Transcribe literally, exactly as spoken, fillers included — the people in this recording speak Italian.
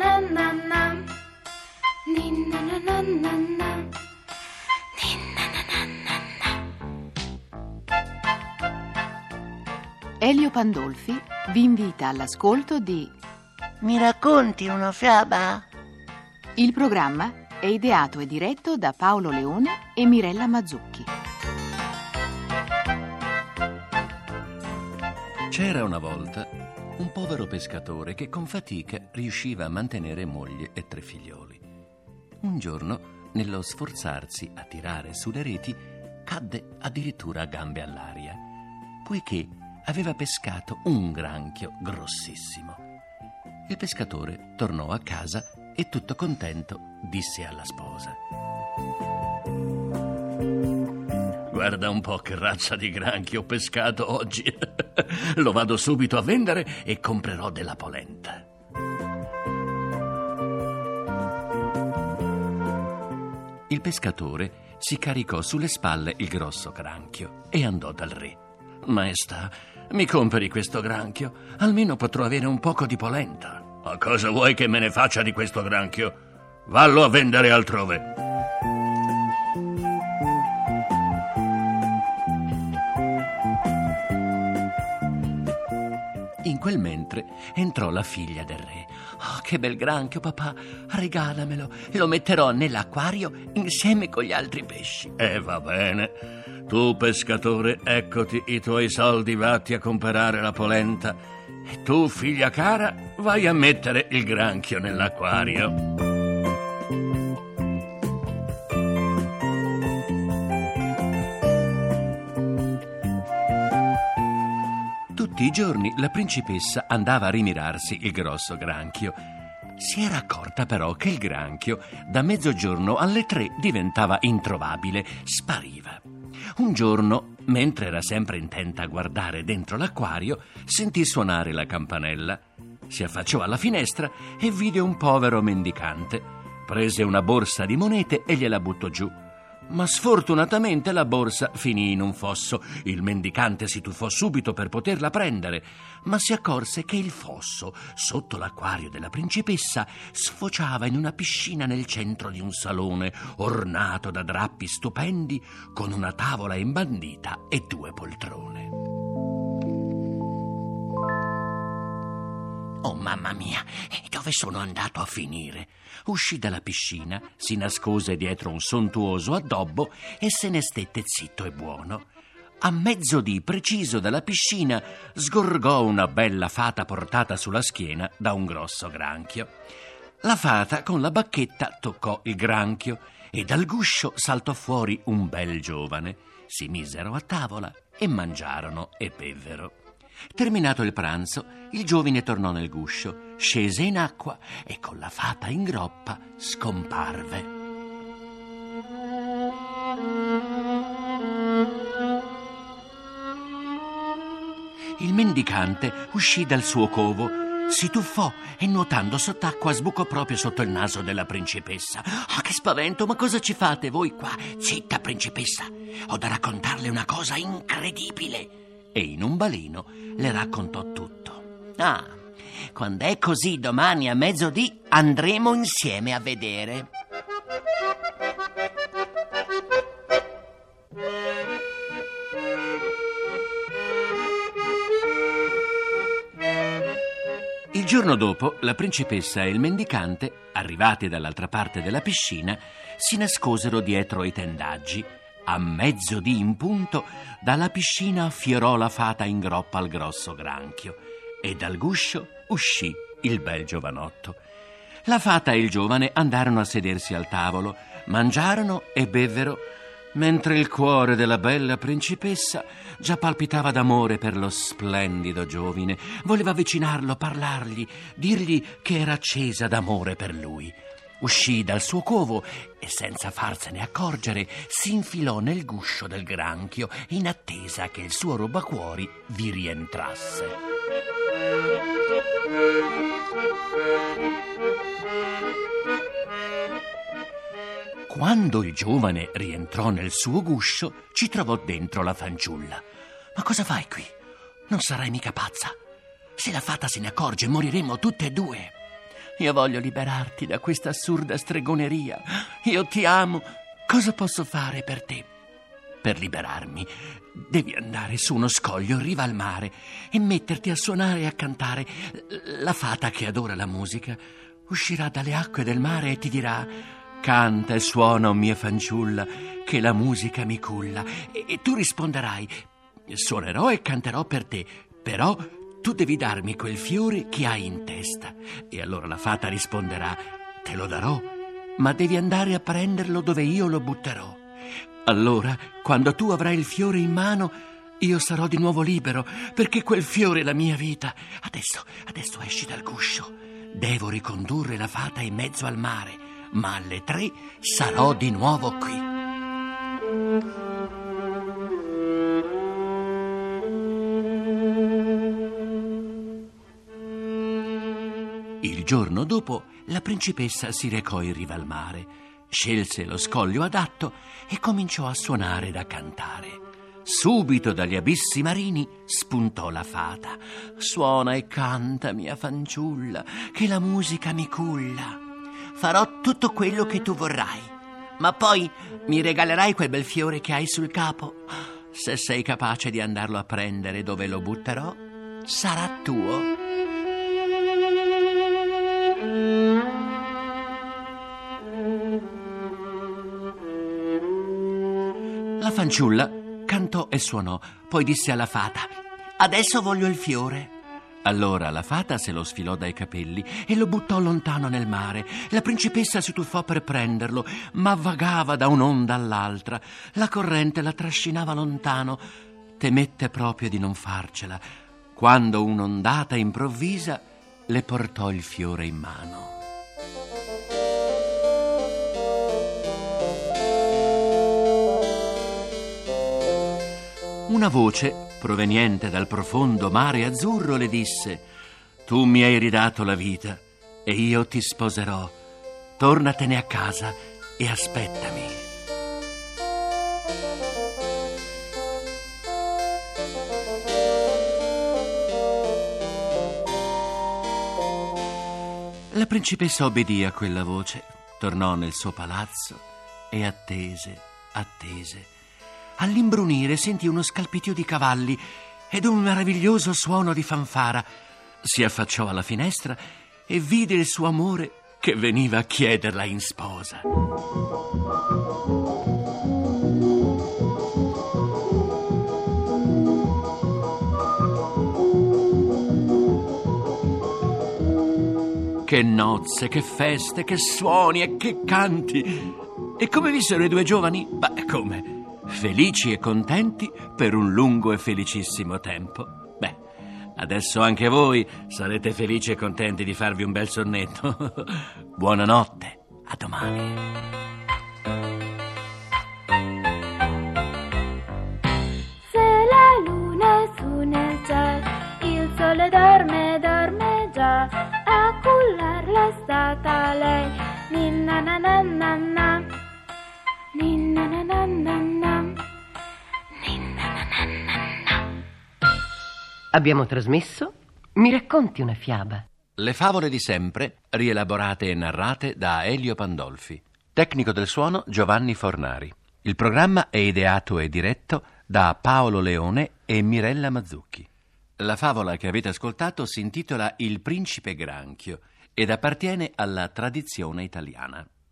na na na. Ninna na na na na. Ninna na na na na. Elio Pandolfi vi invita all'ascolto di Mi racconti una fiaba? Il programma è ideato e diretto da Paolo Leone e Mirella Mazzucchi. C'era una volta un povero pescatore che con fatica riusciva a mantenere moglie e tre figlioli. Un giorno, nello sforzarsi a tirare sulle reti, cadde addirittura a gambe all'aria, poiché aveva pescato un granchio grossissimo. Il pescatore tornò a casa e, tutto contento, disse alla sposa: «Guarda un po' che razza di granchio ho pescato oggi. Lo vado subito a vendere e comprerò della polenta». Il pescatore si caricò sulle spalle il grosso granchio e andò dal re. «Maestà, mi compri questo granchio? Almeno potrò avere un poco di polenta». «Ma cosa vuoi che me ne faccia di questo granchio? Vallo a vendere altrove». In quel mentre entrò la figlia del re. «Oh, che bel granchio, papà! Regalamelo, lo metterò nell'acquario insieme con gli altri pesci». «E va bene. Tu, pescatore, eccoti i tuoi soldi, vatti a comprare la polenta. E tu, figlia cara, vai a mettere il granchio nell'acquario». Tutti i giorni la principessa andava a rimirarsi il grosso granchio. Si era accorta però che il granchio da mezzogiorno alle tre diventava introvabile, spariva. Un giorno, mentre era sempre intenta a guardare dentro l'acquario, sentì suonare la campanella. Si affacciò alla finestra e vide un povero mendicante. Prese una borsa di monete e gliela buttò giù. Ma sfortunatamente la borsa finì in un fosso. Il mendicante si tuffò subito per poterla prendere, ma si accorse che il fosso, sotto l'acquario della principessa, sfociava in una piscina nel centro di un salone, ornato da drappi stupendi, con una tavola imbandita e due poltrone. «Oh, mamma mia, dove sono andato a finire?» Uscì dalla piscina, si nascose dietro un sontuoso addobbo e se ne stette zitto e buono. A mezzodì preciso dalla piscina sgorgò una bella fata portata sulla schiena da un grosso granchio. La fata con la bacchetta toccò il granchio e dal guscio saltò fuori un bel giovane. Si misero a tavola e mangiarono e bevvero. Terminato il pranzo, il giovine tornò nel guscio, scese in acqua e con la fata in groppa scomparve. Il mendicante uscì dal suo covo, si tuffò e nuotando sott'acqua sbucò proprio sotto il naso della principessa. «Ah, che spavento! Ma cosa ci fate voi qua?» «Zitta, principessa! Ho da raccontarle una cosa incredibile!» E in un baleno le raccontò tutto. «Ah, quando è così domani a mezzodì andremo insieme a vedere». Il giorno dopo la principessa e il mendicante, arrivati dall'altra parte della piscina, si nascosero dietro i tendaggi. A mezzodì in punto dalla piscina affiorò la fata in groppa al grosso granchio e dal guscio uscì il bel giovanotto. La fata e il giovane andarono a sedersi al tavolo, mangiarono e bevvero, mentre il cuore della bella principessa già palpitava d'amore per lo splendido giovine. Voleva avvicinarlo, parlargli, dirgli che era accesa d'amore per lui. Uscì dal suo covo e, senza farsene accorgere, si infilò nel guscio del granchio in attesa che il suo rubacuori vi rientrasse. Quando il giovane rientrò nel suo guscio, ci trovò dentro la fanciulla. «Ma cosa fai qui? Non sarai mica pazza? Se la fata se ne accorge, moriremo tutte e due». io voglio liberarti da questa assurda stregoneria. Io ti amo. Cosa posso fare per te? Per liberarmi devi andare su uno scoglio in riva al mare e metterti a suonare e a cantare. La fata che adora la musica uscirà dalle acque del mare e ti dirà: canta e suona, o mia fanciulla, che la musica mi culla. E, e tu risponderai: suonerò e canterò per te, però tu devi darmi quel fiore che hai in testa. E allora la fata risponderà: te lo darò, ma devi andare a prenderlo dove io lo butterò. Allora, quando tu avrai il fiore in mano, io sarò di nuovo libero, perché quel fiore è la mia vita. Adesso, adesso esci dal guscio. Devo ricondurre la fata in mezzo al mare, ma alle tre sarò di nuovo qui. Il giorno dopo la principessa si recò in riva al mare, scelse lo scoglio adatto e cominciò a suonare ed a cantare. Subito dagli abissi marini spuntò la fata. Suona e canta, mia fanciulla, che la musica mi culla. Farò tutto quello che tu vorrai, ma poi mi regalerai quel bel fiore che hai sul capo. Se sei capace di andarlo a prendere dove lo butterò, sarà tuo. La fanciulla cantò e suonò, poi disse alla fata: adesso voglio il fiore. Allora la fata se lo sfilò dai capelli e lo buttò lontano nel mare. La principessa si tuffò per prenderlo, ma vagava da un'onda all'altra. La corrente la trascinava lontano. Temette proprio di non farcela, quando un'ondata improvvisa le portò il fiore in mano. Una voce, proveniente dal profondo mare azzurro, le disse: tu mi hai ridato la vita e io ti sposerò. Tornatene a casa e aspettami. La principessa obbedì a quella voce, tornò nel suo palazzo e attese, attese. All'imbrunire sentì uno scalpitio di cavalli ed un meraviglioso suono di fanfara. Si affacciò alla finestra e vide il suo amore che veniva a chiederla in sposa. Che nozze, che feste, che suoni e che canti! E come vissero i due giovani? Beh, come? Felici e contenti per un lungo e felicissimo tempo. Beh, adesso anche voi sarete felici e contenti di farvi un bel sonnetto. Buonanotte, a domani. Se la luna è su nel cielo, il sole dorme, dorme già, a cullarla è stata lei. Ninna na na na na, ninna na na na na, ninna na na na na. Abbiamo trasmesso Mi racconti una fiaba? Le favole di sempre, rielaborate e narrate da Elio Pandolfi. Tecnico del suono Giovanni Fornari. Il programma è ideato e diretto da Paolo Leone e Mirella Mazzucchi. La favola che avete ascoltato si intitola Il principe granchio ed appartiene alla tradizione italiana.